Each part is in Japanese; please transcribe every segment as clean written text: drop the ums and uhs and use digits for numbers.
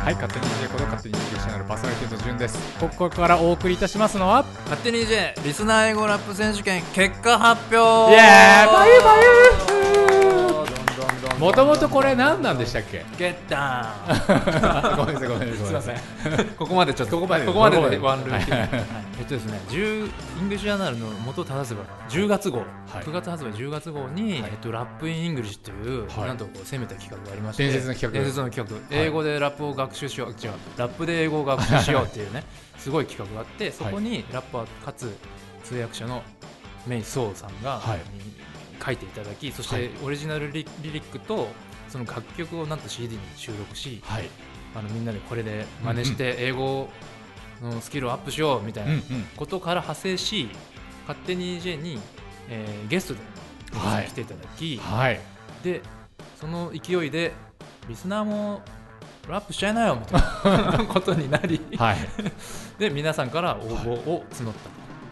はい、勝手に DJ こと勝手に DJ チャンネルパーソナリティの順です。ここからお送りいたしますのは勝手に DJ リスナー英語ラップ選手権結果発表。 イエーイバユバユもともとこれ何なんでしたっけ？ ゲッターンごめんなさいごめんなさいすいませんここまでちょっとここまででワンルーティン、ですね、イングリッシュジャーナルの元を正せば10月号、9月発売10月号に、ラップインイングリッシュという、なんとこう攻めた企画がありまして、 伝説の企画、 英語でラップを学習しよう、違うラップで英語を学習しようっていうねすごい企画があって、そこにラッパーかつ通訳者のメイ・ソーさんが、書いていただき、そしてオリジナルリリックとその楽曲をなんと CD に収録し、みんなでこれで真似して英語のスキルをアップしようみたいなことから派生し、勝手に EJ に、ゲストで来ていただき、でその勢いでリスナーもラップしちゃいなよみたいなことになり、で皆さんから応募を募った。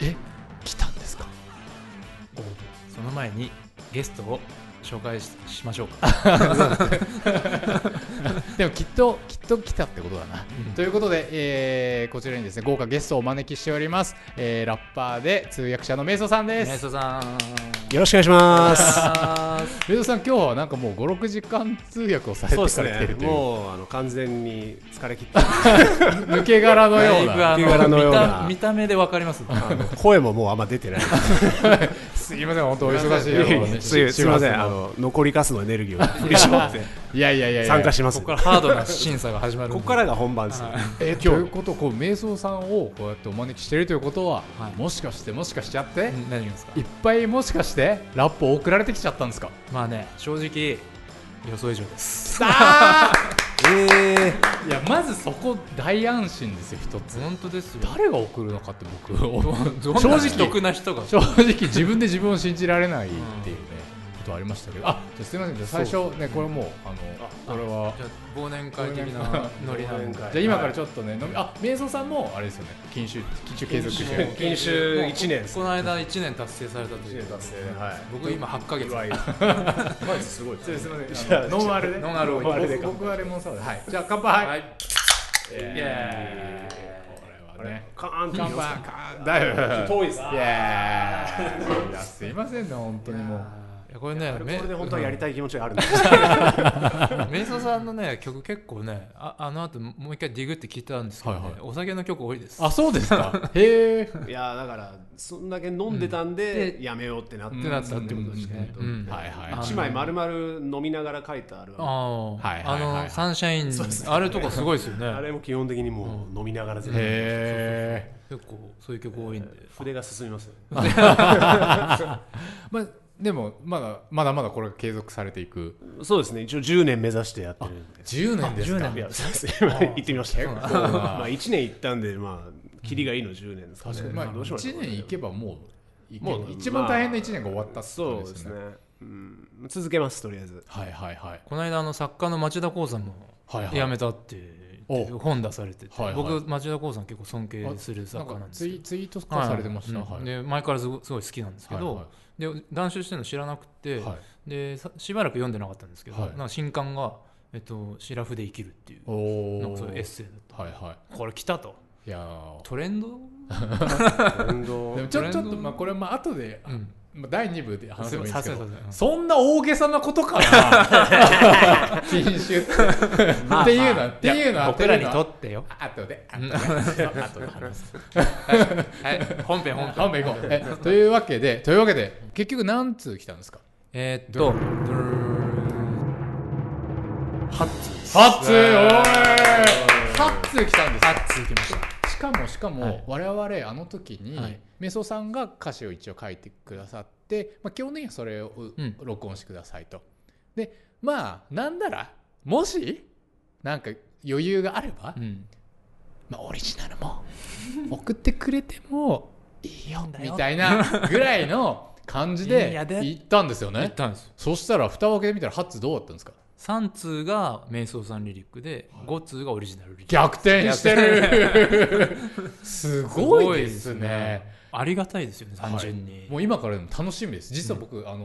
来たんですか？ その前にゲストを紹介 しましょうかでもきっと来たってことだな、ということで、こちらにですね豪華ゲストをお招きしております、ラッパーで通訳者のメイソさんです。 メイソさんよろしくお願いしますメイソさん今日はなんかもう 5,6 時間通訳をされてから来てるという、 もう完全に疲れ切って抜け殻のような見た目で分かります声ももうあんま出てないすいません本当お忙しいよねすいません残りかすのエネルギーを振り絞っていや参加します。 ここからハードな審査が始まる。 ここからが本番ですよ。 ということこう瞑想さんをこうやってお招きしているということは、もしかしちゃって、 何ですか？ いっぱいもしかしてラップを送られてきちゃったんですか？ まあね、正直予想以上です。 いやまずそこ大安心ですよ一つ。 本当ですよ。 誰が送るのかって僕正直得な人が正直自分で自分を信じられないっていうね、ことありましたけど、じゃあすみません、じゃあ最初ねこれもうこれはじゃあ忘年会的なノリなんで、じゃあ今からちょっとね瞑想さんもあれですよね、禁酒継続して禁酒1年です。 この間1年達成されたという。僕今8ヶ月。 すごい。 すみません、ノンアルで僕はレモンサワーで、はい、じゃあ乾杯。はい、イエーイ。これはね乾杯だいぶ遠いです。 いやすいませんね本当にもう。 これね、 これで本当はやりたい気持ちがあるんですメイソさんのね曲結構ね、あの後もう一回ディグって聞いたんですけどね、お酒の曲多いです。 あ、そうですか。へえ。 いやだからそんだけ飲んでたんでやめようってなったってことですね。1枚丸々飲みながら書いたアルバム、 サンシャインあれとかすごいですよね。 あれも基本的にもう飲みながら全部。 結構そういう曲多いんで筆が進みますよ。 でもまだこれが継続されていく。 そうですね、一応10年目指してやってるんで。 10年ですか。 行ってみました。まあ1年行ったんで、まあキリがいいの10年ですかね。 1年行けばもう一番大変な1年が終わった。 そうですね。続けますとりあえず。 この間作家の町田光さんも辞めたって本出されてて、僕町田光さん結構尊敬する作家なんですけど、 ツイートされてました。 で前からすごい好きなんですけど、で監修してるの知らなくて、でしばらく読んでなかったんですけど、なんか新刊がシラフで生きるっていうなんかそういうエッセイだった。これ来たと。 いやトレンドでもちょっとこれ後で第2部で話せばいいんですけど、そんな大げさなことかな禁酒っていうのは僕らにとってよ。 後で話す。 本編行こう。というわけで結局何通来たんですか？8通来たんです。 8通来ました。 しかも我々あの時にメソさんが歌詞を一応書いてくださって、基本的にはそれを録音してくださいと。でなんならもしなんか余裕があれば、オリジナルも送ってくれてもいいよみたいなぐらいの感じで行ったんですよね。そしたら蓋を開けてみたら8通どうだったんですか ？3通が瞑想さんリリックで5通がオリジナルリリック。 逆転してるすごいですね。 ありがたいですよね単純に。 もう今からでも楽しみです。実は僕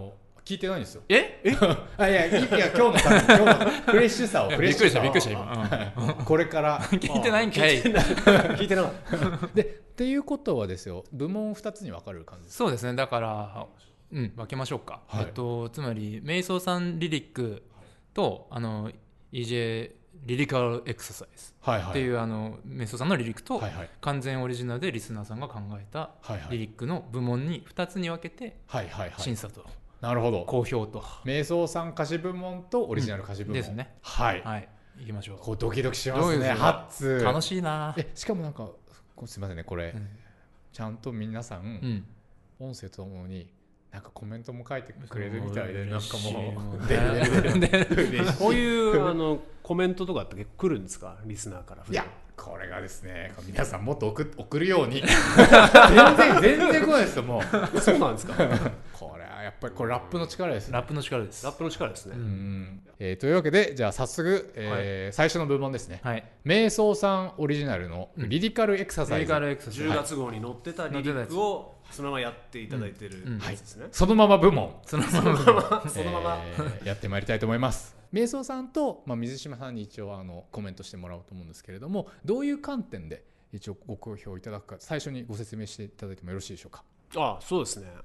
聞いてないんですよ。 いや今日のフレッシュさをびっくりした今、 これから聞いてないんかい聞いてなかったでっていうことはですよ、部門2つに分かれる感じですか？ そうですね、だから分けましょうか、はい、つまりメイソーさんリリックとEJ リリカルエクササイズっていうメイソーさんのリリックと完全オリジナルでリスナーさんが考えたリリックの部門に2つに分けて審査となるほど好評とメイソーさん歌詞部門とオリジナル歌詞部門ですね。 はい、 行きましょう。 こうドキドキしますね。ハッツ楽しいな。 しかもなんかすいませんね、これ、ちゃんと皆さん、音声ともになんかコメントも書いてくれるみたいで、なんかもうこういうコメントとかって結構来るんですか、リスナーから？ いやこれがですね、皆さんもっと送るように全然来ないですよ。もうそうなんですかこれはやっぱりこれラップの力ですね。 ラップの力ですね。というわけでじゃあ早速、最初の部門ですね、メイソーさんオリジナルのリリカルエクササイズ、 10月号に載ってたリリックをそのままやっていただいてるやつですね。 そのまま部門そのままやってまいりたいと思います。メイソーさんと、水島さんに一応コメントしてもらおうと思うんですけれども、どういう観点で一応ご好評いただくか最初にご説明していただいてもよろしいでしょうか？ そうですね、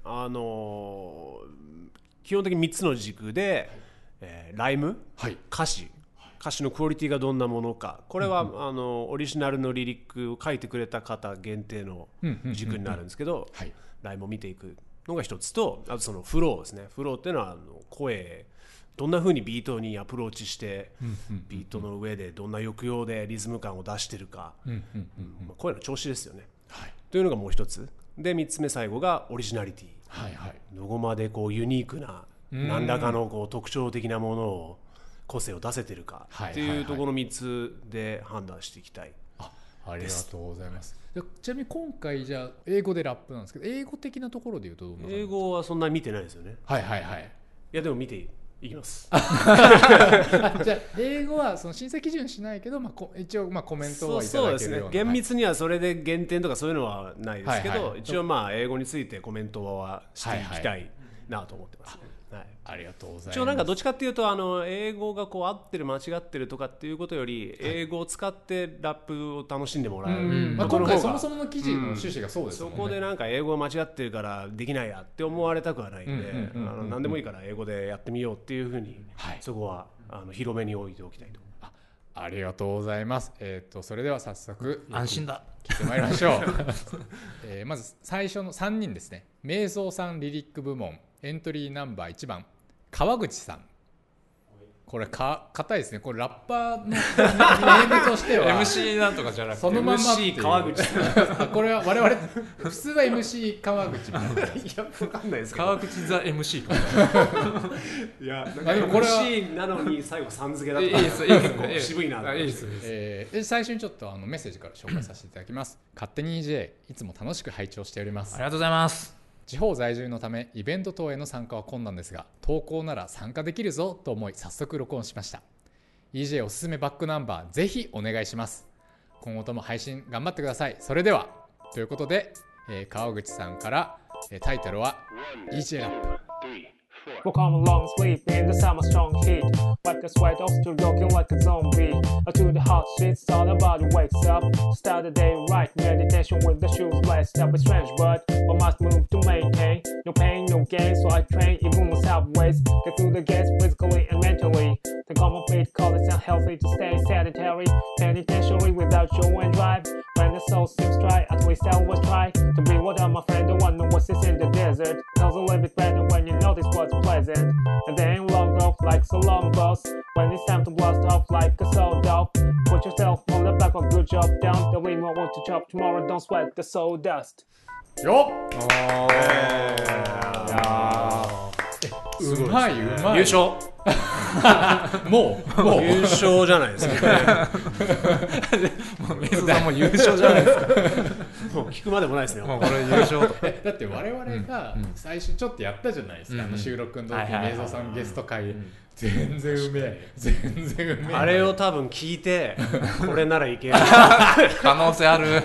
基本的に3つの軸で、ライム、歌詞のクオリティがどんなものか、これは、オリジナルのリリックを書いてくれた方限定の軸になるんですけど、ライムを見ていくのが一つと、あとそのフローですね。フローっていうのは声、どんな風にビートにアプローチして、ビートの上でどんな抑揚でリズム感を出してるか、声の調子ですよね、というのがもう一つで、3つ目最後がオリジナリティ、どこまでこうユニークな何らかのこう特徴的なものを個性を出せてるかっていうところの3つで判断していきたい。 ありがとうございます。ちなみに今回じゃあ英語でラップなんですけど、英語的なところでいうとどんな感じですか？ 英語はそんなに見てないですよね。いやでも見ていきますじゃあ英語はその審査基準しないけど、一応コメントはいただけるような。 そうですね、厳密にはそれで減点とかそういうのはないですけど、一応英語についてコメントはしていきたいなと思ってます。 ありがとうございます。 一応なんかどっちかっていうと英語がこう合ってる間違ってるとかっていうことより、英語を使ってラップを楽しんでもらう、 今回そもそもの記事の趣旨がそうですよね。 そこでなんか英語が間違ってるからできないやって思われたくはないんで、何でもいいから英語でやってみようっていうふうに、そこは広めに置いておきたいと。 ありがとうございます。それでは早速安心だ聞いてまいりましょうまず最初の3人ですね。メイソーさんリリック部門エントリーナンバー1番川口さん。これ硬いですね。これラッパーのネームとしては MC なんとかじゃなくてそのまま MC 川口さんこれは我々普通は MC 川口みたいな。いや分かんないですけど、 川口ザ MC かいやなんか MC なのに最後さん付けだったら渋いな。 最初にちょっとメッセージから紹介させていただきます。勝手に EJ いつも楽しく拝聴しております。 ありがとうございます。 地方在住のためイベント等への参加は困難ですが、投稿なら参加できるぞと思い早速録音しました。 EJ おすすめバックナンバーぜひお願いします。今後とも配信頑張ってください。それではということで、川口さんから、タイトルは EJ ラップ。 We'll come along, sleep in the summer strong heat. Wipe the sweat off to rocking like a zombie. To the hot sheets, all the body wakes up. Start the day right, meditation with the shoes laced up. It's strange, but I must move to maintain. No pain, no gain, so I train even myself ways. Get through the gates physically and mentally. The common feet call it's unhealthy to stay sedentary. Penitentiary without show and drive. When the soul seems dry, at least I will try to be what I'm a friend. The one who was in the desert. Tells a little bit better when you notice what's pleasant, and then long off like so long boss. When it's time to blast off like a sold off, put yourself on the back of good job down. The way more want to chop tomorrow, don't sweat the sawdust. よっ、うまい。 優勝もう優勝じゃないですかもうメイソーさんも優勝じゃないですかもう聞くまでもないですね。 もうこれ優勝とだって我々が最初ちょっとやったじゃないですか、収録の時にメイソーさんゲスト会で全然うめえあれを多分聞いてこれならいける可能性ある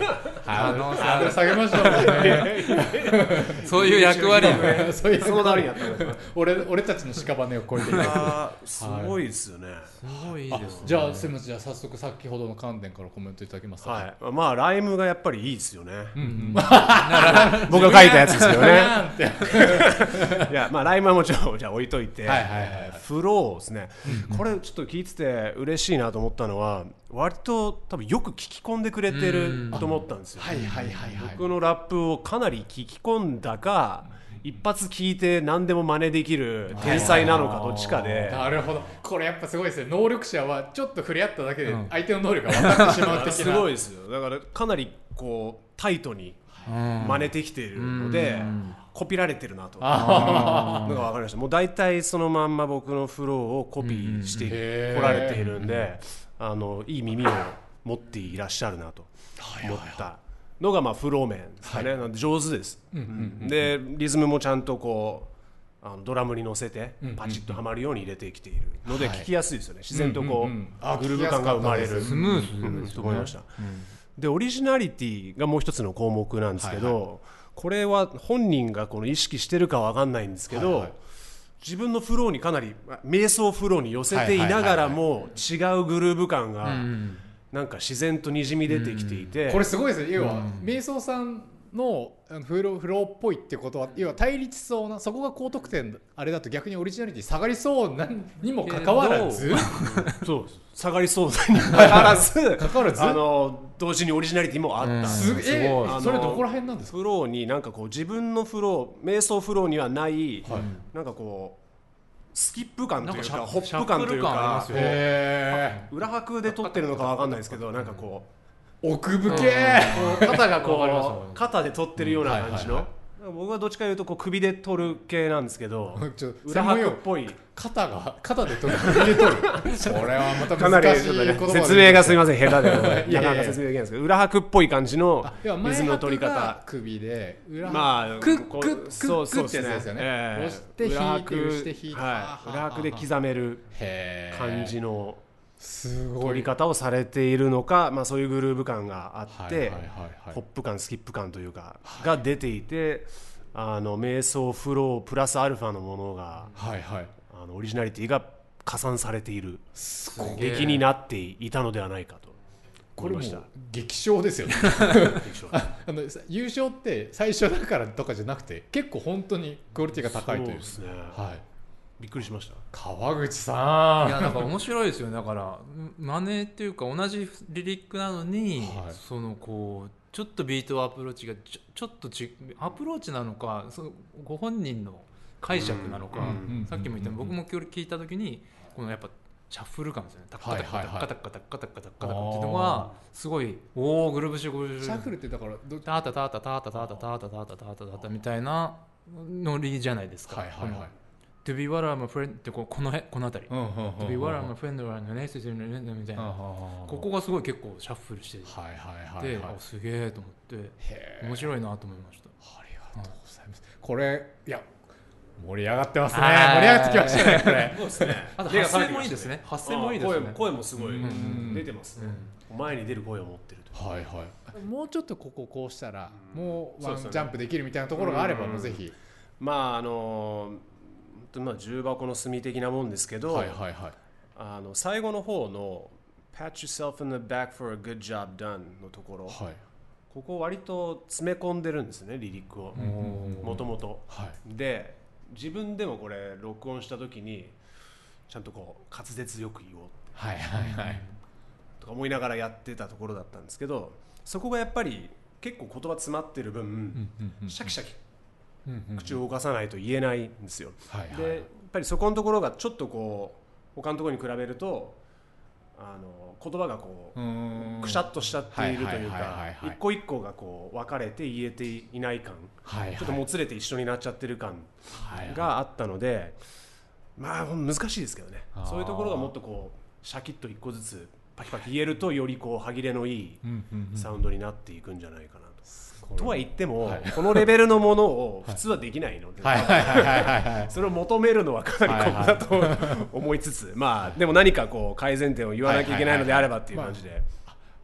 下げましょうねそういう役割そういうそうなるんやったんです。 俺たちの屍を超えていく。 すごいですよね。 すごいいいですね。 じゃあすみません、じゃあ早速先ほどの観点からコメントいただけますか。 はい。まあライムがやっぱりいいですよね。僕が書いたやつですよね。いやまあライムはもちろんじゃあ置いといて、フローですね。これちょっと聞いてて嬉しいなと思ったのは、割と多分よく聞き込んでくれてると思ったんですよ。僕のラップをかなり聞き込んだか、一発聞いて何でも真似できる天才なのかどっちかで。 なるほど。これやっぱすごいですね。能力者はちょっと触れ合っただけで相手の能力が分かってしまう的な。 すごいですよ。だからかなりこうタイトに真似てきているので、コピられてるなとのが分かりました。もう大体そのまんま僕のフローをコピーしてこられているんで、いい耳を持っていらっしゃるなと思ったのがまあフロー面ですかね。なんで上手です。でリズムもちゃんとこうドラムに乗せてパチッとはまるように入れてきているので聞きやすいですよね。自然とこうグルーヴ感が生まれるスムーズと思いました。でオリジナリティがもう一つの項目なんですけど、これは本人がこの意識してるかわかんないんですけど、自分のフローにかなり瞑想フローに寄せていながらも違うグルーヴ感がなんか自然とにじみ出てきていて、 これすごいですね。要は瞑想さんのフローっぽいってことは、要は対立しそうな、そこが高得点あれだと逆にオリジナリティ下がりそうなにもかかわらずそう下がりそうにもかかわらず同時にオリジナリティもあった。 すごい。それどこら辺なんですか。 フローになんかこう自分のフロー、瞑想フローにはない、なんかこうスキップ感というかホップ感というか、裏拍で撮ってるのかわかんないですけど、なんかこう奥深け肩がこう肩で取ってるような感じの、僕はどっちかというとこう首で取る系なんですけど、裏拍っぽい肩で取る首で取るこれはまた難しい言葉で説明がすみません下手でなかなか説明できないんですけど、裏拍っぽい感じの水の取り方、 首で裏拍クックってやつですよね。押して引いて押して引いて裏拍で刻める感じのすごい取り方をされているのか、まあ、そういうグルーヴ感があって、ホップ感スキップ感というかが出ていて、瞑想フロープラスアルファのものが、オリジナリティが加算されている劇になっていたのではないかと思いました。 これも激賞ですよね優勝って最初だからとかじゃなくて、結構本当にクオリティが高いという。そうですね。びっくりしました。川口さん。 いやなんか面白いですよね。だから真似っていうか同じリリックなのに、そのこうちょっとビートアプローチがちょっとアプローチなのか、そのご本人の解釈なのか、さっきも言った僕も聞いた時にこのやっぱシャッフル感ですよね。タッカタッカタッカタッカタッカタッカタッカタッカっていうのがすごいグルーブシャッフルってだからタタタタタタタタタタタタタタタみたいなノリじゃないですか。To be what I'm a friend ってこの辺り To be what I'm a friend or an ace みたいな、ここがすごい結構シャッフルしてで、すげえと思って面白いなと思いました。 ありがとうございます。これいや盛り上がってますね。盛り上がってきましたねこれ。そうですね。 あと発声もいいですね。発声もいいですね。 声もすごい出てますね。前に出る声を持ってると。 もうちょっとこうしたらもうワンジャンプできるみたいなところがあればもうぜひ。 まあ重箱の隅的なもんですけど、最後の方の Pat yourself in the back for a good job done のところ、ここ割と詰め込んでるんですね、リリックをもともと。で自分でもこれ録音した時にちゃんとこう滑舌よく言おうとか思いながらやってたところだったんですけど、そこがやっぱり結構言葉詰まってる分シャキシャキ口を動かさないと言えないんですよ。でやっぱりそこのところがちょっとこう他のところに比べると言葉がこうくしゃっとしちゃっているというか、一個一個がこう分かれて言えていない感、ちょっともつれて一緒になっちゃってる感があったので、まあ難しいですけどね。そういうところがもっとこうシャキッと一個ずつパキパキ言えるとよりこう歯切れのいいサウンドになっていくんじゃないかなと。とは言ってもこのレベルのものを普通はできないので、それを求めるのはかなり酷だと思いつつ、まあでも何かこう改善点を言わなきゃいけないのであればっていう感じで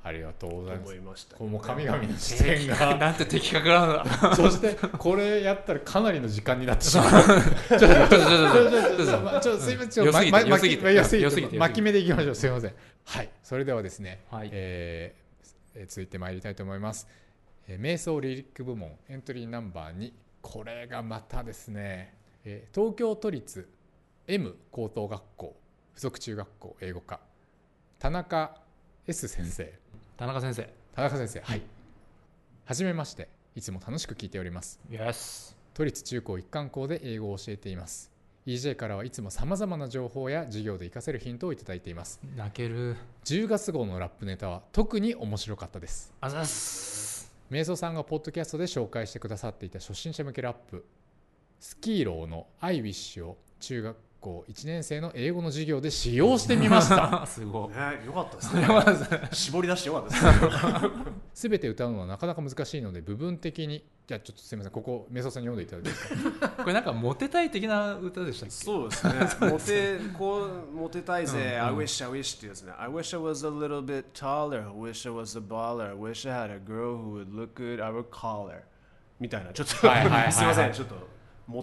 ありがとうございます。 思いました。 これも神々の視点がなんて的確なんだ。 そしてこれやったらかなりの時間になってしまう。ちょっとすいません、良すぎて巻き目でいきましょう。すいません。はい、それではですね、 はい、 続いて参りたいと思います。瞑想リリック部門エントリーナンバー2、これがまたですね、東京都立 M 高等学校附属中学校英語科田中 S 先生。 田中先生、 はい。はじめまして。いつも楽しく聞いております。 Yes。 都立中高一貫校で英語を教えています。EJ からはいつもさまざまな情報や授業で活かせるヒントをいただいています。 泣ける。 10月号のラップネタは特に面白かったです。 あざっす。 瞑想さんがポッドキャストで紹介してくださっていた初心者向けラップスキーローの I wish を中学校1年生の英語の授業で使用してみましたすごい、 よかったですね絞り出してよかったですねすべて歌うのはなかなか難しいので部分的に、じゃあちょっとすみません、ここ瞑想さんに読んでいただいていいですかこれなんかモテたい的な歌でしたっけ。 そうですねモテたいぜ、I wish っていうですね、I wish I was a little bit taller, I wish I was a baller, I wish I had a girl who would look good, I would call her みたいな、ちょっとすみません、ちょっとこ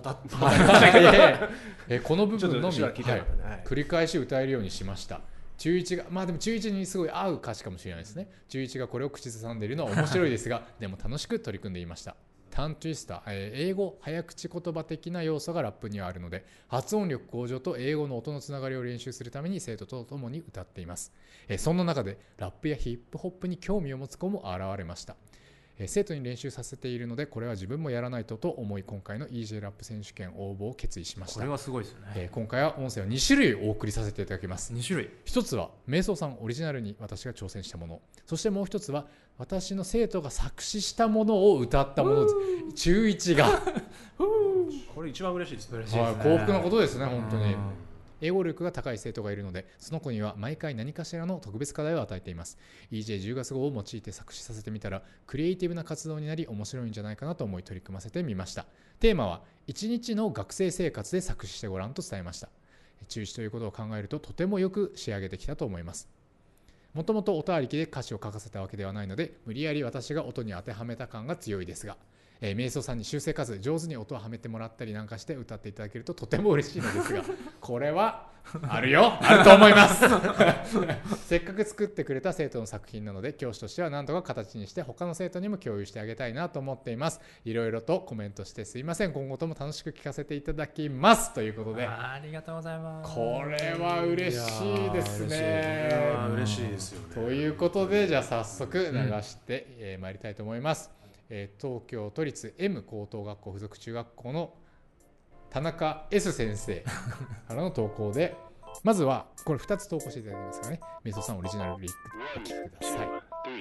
の部分のみ、繰り返し歌えるようにしました。中1が、まあでも中1にすごい合う歌詞かもしれないですね。中1がこれを口ずさんでいるのは面白いですがでも楽しく取り組んでいました。タントゥイスター、英語早口言葉的な要素がラップにはあるので、発音力向上と英語の音のつながりを練習するために生徒と共に歌っています。そんな中でラップやヒップホップに興味を持つ子も現れました。生徒に練習させているので、これは自分もやらないとと思い、今回の EJ ラップ選手権応募を決意しました。 これはすごいですよね。 今回は音声を2種類お送りさせていただきます。 2種類。 1つは瞑想さんオリジナルに私が挑戦したもの、そしてもう1つは私の生徒が作詞したものを歌ったもの、中1がこれ一番嬉しいですね。 幸福なことですね、本当に。英語力が高い生徒がいるので、その子には毎回何かしらの特別課題を与えています。 EJ10 月号を用いて作詞させてみたらクリエイティブな活動になり面白いんじゃないかなと思い取り組ませてみました。テーマは1日の学生生活で作詞してごらんと伝えました。中1ということを考えるととてもよく仕上げてきたと思います。もともと音ありきで歌詞を書かせたわけではないので、無理やり私が音に当てはめた感が強いですが、瞑想さんに修正かつ上手に音をはめてもらったりなんかして歌っていただけるととても嬉しいのですがこれはあると思いますせっかく作ってくれた生徒の作品なので、教師としては何とか形にして他の生徒にも共有してあげたいなと思っています。いろいろとコメントしてすいません。今後とも楽しく聞かせていただきますということで、 ありがとうございます。 これは嬉しいですね。 嬉しいですよね。 ということで、じゃあ早速流してまいりたいと思います。東京都立 M 高等学校附属中学校の田中 S 先生からの投稿で、まずはこれ2つ投稿していただきますかね。瞑想さんオリジナルリリックお聴きください。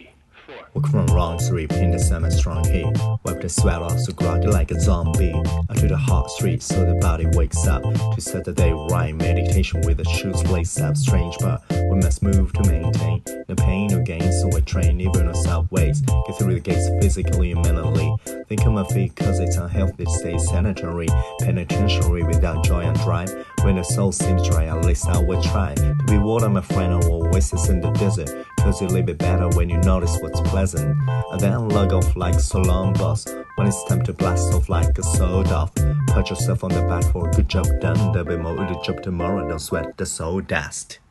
Walk from long sleep in the summer strong heat. Wipe the sweat off so groggy like a zombie. Out to the hot streets so the body wakes up. To Saturday rhyme meditation with the shoes lace up. Strange but we must move to maintain. No pain no gain so I train even on subways. Get through the gates physically and mentally. Think on my feet cause it's unhealthy to stay sanitary. Penitentiary without joy and drive. When the soul seems dry at least I will try. To be water my friend or oasis in the desert. Cause you live it better when you notice what's pleasant. And then log off like Solon bus. When it's time to blast off like a soda off. Pat yourself on the back for a good job done. There'll be more to the job tomorrow. Don't sweat the soul dust.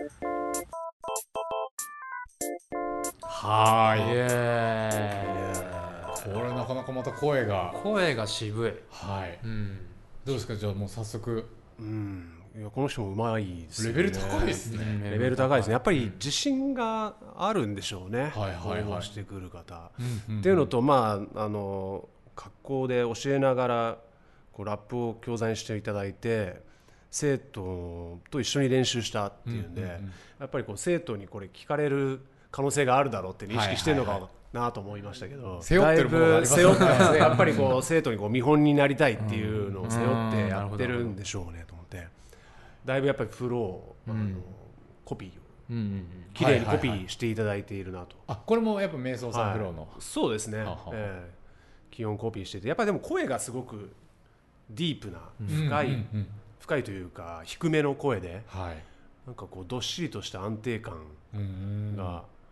はい。これなかなかまた声が渋い。 はい。どうですか、じゃあもう早速。 いやこの人もうまいですね。 レベル高いですね。 レベル高いですね。やっぱり自信があるんでしょうね。 はいはいはい。 してくる方。っていうのと、まあ学校で教えながらこうラップを教材にしていただいて、生徒と一緒に練習したっていうんで、やっぱりこう生徒にこれ聞かれる可能性があるだろうって認識してるのかなと思いましたけど、 背負ってるものがありますね。 やっぱりこう生徒にこう見本になりたいっていうのを背負ってやってるんでしょうねと思って。だいぶやっぱりフロー、コピーをきれいにコピーしていただいているなと。 これもやっぱ瞑想さんフローの、 そうですね。基本コピーしてて、やっぱりでも声がすごくディープな深いというか低めの声で、なんかこうどっしりとした安定感があっ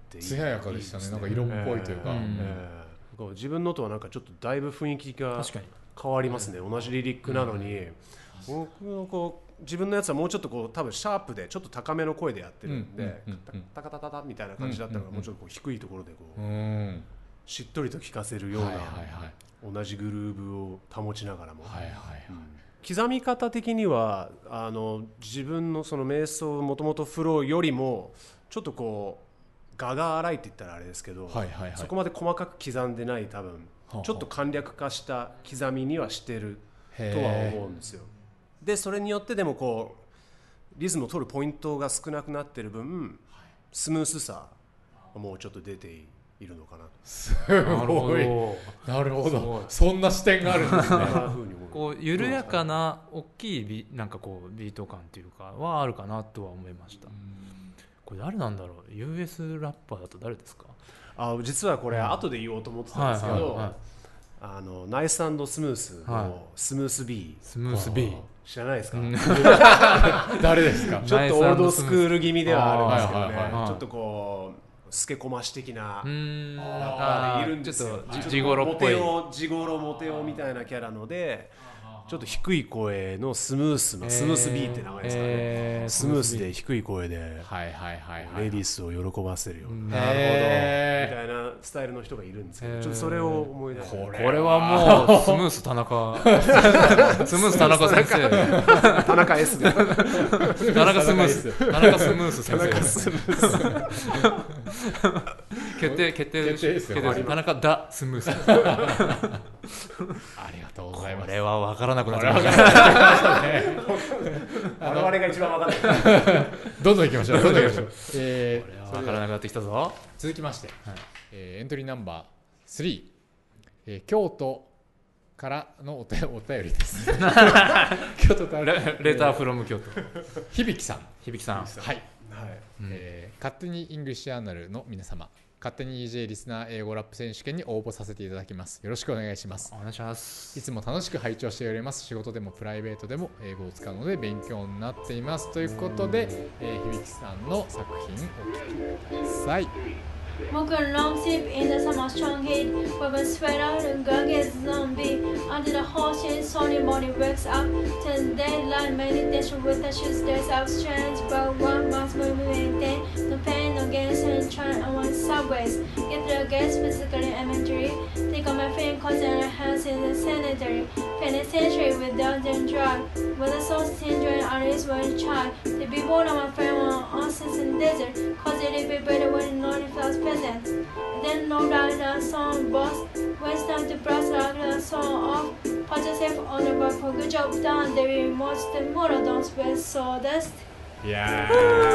て艶やかでしたね。なんか色っぽいというか、 自分のとはなんかちょっとだいぶ雰囲気が変わりますね。同じリリックなのに、僕のこう自分のやつはもうちょっとこう多分シャープでちょっと高めの声でやってるんで、タカタタタみたいな感じだったのがもうちょっとこう低いところでこうしっとりと聴かせるような同じグルーブを保ちながらも、刻み方的には自分のその瞑想もともとフローよりもちょっとこう我が荒いって言ったらあれですけど、そこまで細かく刻んでない多分ちょっと簡略化した刻みにはしてるとは思うんですよ。でそれによってでもこうリズムを取るポイントが少なくなってる分スムースさがもうちょっと出ているのかなと。 すごい、なるほど、そんな視点があるんですね。 こう緩やかな大きいなんかこうビート感っていうかはあるかなとは思いました。これ誰なんだろう、 US ラッパーだと誰ですか？ 実はこれ後で言おうと思ってたんですけど、ナイス&スムースのスムース B、 スムース B 知らないですか？ 誰ですか？ ちょっとオールドスクール気味ではあるんですけどね、ちょっとこうスケコマシ的なラッパーでいるんですよ。 ちょっとジゴロっぽいジゴロモテオみたいなキャラので、ちょっと低い声のスムースのスムース B って名前ですかね。スムースで低い声でレディースを喜ばせるような、みたいなスタイルの人がいるんですけど、ちょっとそれを思い出して、 これはもうスムース田中スムース田中先生田中 S で田中スムース田中スムース先生決定ですよ。田中ダスムースありがとうございます。 これは分からなくなってきましたね。我々が一番分からない。 どんどん行きましょう。これは分からなくなってきたぞ。 続きまして、エントリーナンバー3、京都からのお便りです。京都からレターフロム京都。 響さん。はい。勝手にイングリッシュアナルの皆様、勝手に EJ リスナー英語ラップ選手権に応募させていただきます。よろしくお願いします。 お願いします。 いつも楽しく拝聴しております。仕事でもプライベートでも英語を使うので勉強になっていますということで、響さんの作品お聞きください。 Smoke a long sip in the summer strong heat. Women sweat out and girl gets zombie. Under the whole shit, Sunday morning wakes up. Till daylight meditation with the shoes. There's out strange, but one must be maintained. No pain, no gains, and trying on subways. Get the gas physically and mentally. Think of my friend causing a house in the sanitary. Penitentiary without them drug. With a soul syndrome, I is one child. To be born on my friend on oasis and desert. Cause it'd be better when no one feels present. Then no doubt the song boss. Waste time to brush like the song off. Put yourself on the back for good job done. There is most the motor don't sweat sawdust. いや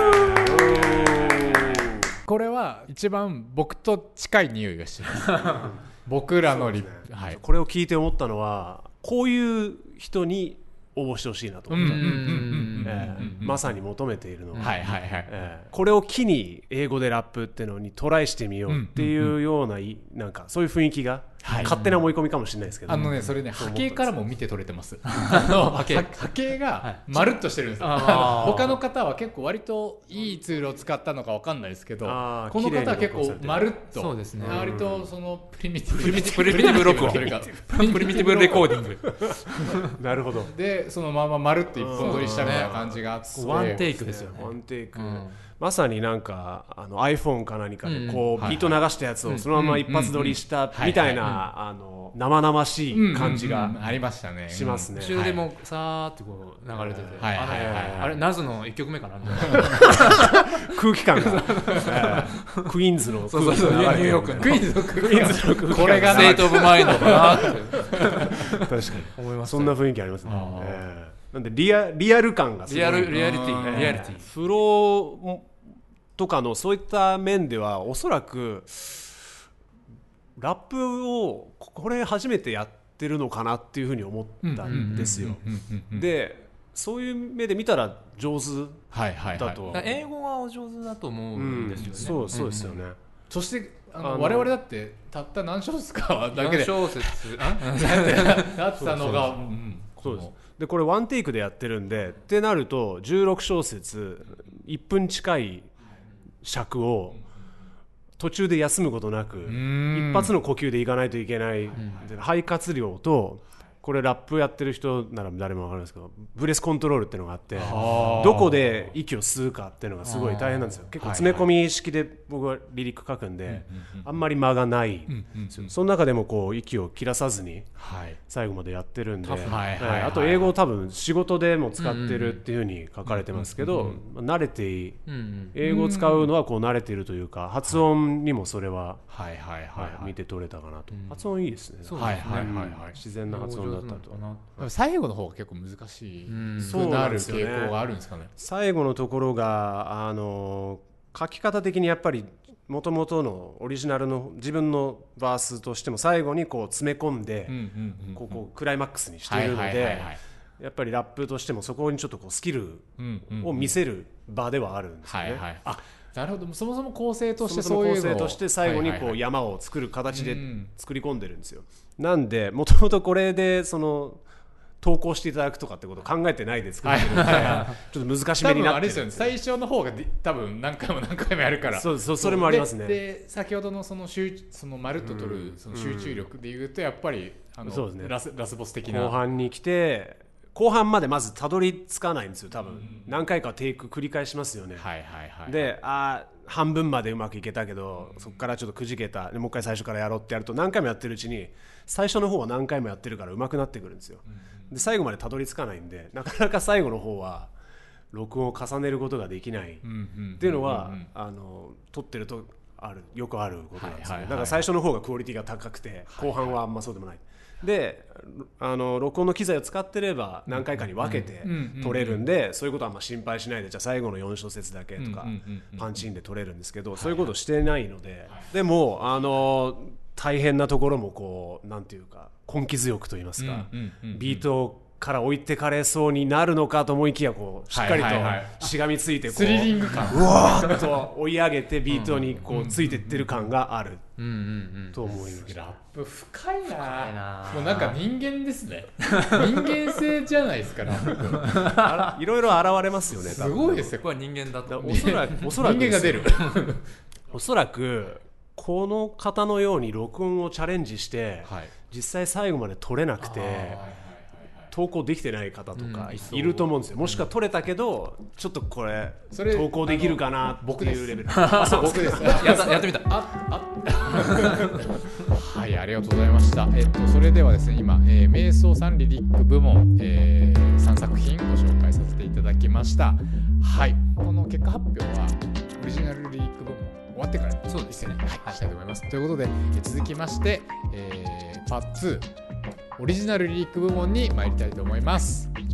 これは一番僕と近い匂いがしてます。僕らのリップ、はい、 これを聞いて思ったのはこういう人に応募してほしいなと思った。まさに求めているのは、これを機に英語でラップっていうのにトライしてみようっていうような、なんかそういう雰囲気が、勝手な思い込みかもしれないですけど、 それね波形からも見て取れてます。波形がまるっとしてるんですよ。他の方は結構割といいツールを使ったのか分かんないですけど、この方は結構まるっと、 そうですね、 割とそのプリミティブ録音というかプリミティブレコーディングなるほど。 でそのまままるっと一本取りしたみたいな感じがあって、 ワンテイクですよね。 ワンテイク、まさになんかiPhone か何かでこうビート流したやつをそのまま一発撮りしたみたいな生々しい感じがありましたね。 しますね。 後ろでもさーってこう流れてて、あれナズの1曲目かなみたいな空気感がクイーンズのニューヨークのクイーンズの空気感、これがステートオブマインドかなって確かに思います。 そんな雰囲気ありますね。なんでリアル感がすごい、 リアリティ、 フローとかのそういった面ではおそらくラップをこれ初めてやってるのかなっていうふうに思ったんですよ。でそういう目で見たら上手だと、 英語はお上手だと思うんですよね。 そうですよね。 そして我々だってたった何小節かだけで何小節なったのが、 そうです。でこれワンテイクでやってるんでってなると16小節1分近い尺を途中で休むことなく一発の呼吸でいかないといけない、肺活量と、これラップやってる人なら誰も分かるんですけど、ブレスコントロールっていうのがあって、どこで息を吸うかっていうのがすごい大変なんですよ。結構詰め込み式で僕はリリック書くんで、あんまり間がないんですよ。その中でもこう息を切らさずに最後までやってるんで、あと英語を多分仕事でも使ってるっていう風に書かれてますけど、慣れていい、英語を使うのはこう慣れているというか、発音にもそれは見て取れたかなと。発音いいですね。自然な発音だったと。 最後の方が結構難しいくなる傾向があるんですかね。 最後のところが書き方的にやっぱり元々のオリジナルの自分のバースとしても最後にこう詰め込んでここクライマックスにしているので、やっぱりラップとしてもそこにちょっとこうスキルを見せる場ではあるんですよね。 なるほど。そもそも構成としてそういうのを、 構成として最後にこう山を作る形で作り込んでるんですよ。なんでもともとこれでその投稿していただくとかってことを考えてないですけど、ちょっと難しめになってる。多分あれですよね、 最初の方が多分何回もやるから。 それもありますね。 で先ほどのそのまるっと取るその集中力でいうとやっぱりそうですね、 ラスボス的な後半に来て、後半までまずたどり着かないんですよ。多分何回かテイク繰り返しますよね。で半分までうまくいけたけど、そこからちょっとくじけた、もう一回最初からやろうってやると、何回もやってるうちに最初の方は何回もやってるからうまくなってくるんですよ。で最後までたどり着かないんで、なかなか最後の方は録音を重ねることができないっていうのは撮ってるとよくあることなんですよね。だから最初の方がクオリティが高くて、後半はあんまそうでもない。で録音の機材を使ってれば何回かに分けて撮れるんで、そういうことはあんま心配しないで、じゃあ最後の4小節だけとかパンチインで撮れるんですけど、そういうことしてないので、でも大変なところもこうなんていうか根気強くと言いますか、ビートから置いてかれそうになるのかと思いきや、こうしっかりとしがみついてこうスリリング感うわーっと追い上げてビートにこうついてってる感があると思いました。 ラップ深いな。もうなんか人間ですね。人間性じゃないですか。 いろいろ現れますよね。 すごいですよ。 これは人間だと。 おそらく人間が出る。 おそらくこの方のように録音をチャレンジして、実際最後まで撮れなくて投稿できてない方とかいると思うんですよ。もしくは撮れたけどちょっとこれ投稿できるかなっていうレベル。 僕です。やってみた。はい、ありがとうございました。それではですね、今、瞑想さんリリック部門、3作品ご紹介させていただきました。はい、この結果発表はオリジナルリリック部門終わってからそうですね、したいと思います。ということで、続きまして、パート2オリジナルリリック部門に参りたいと思います。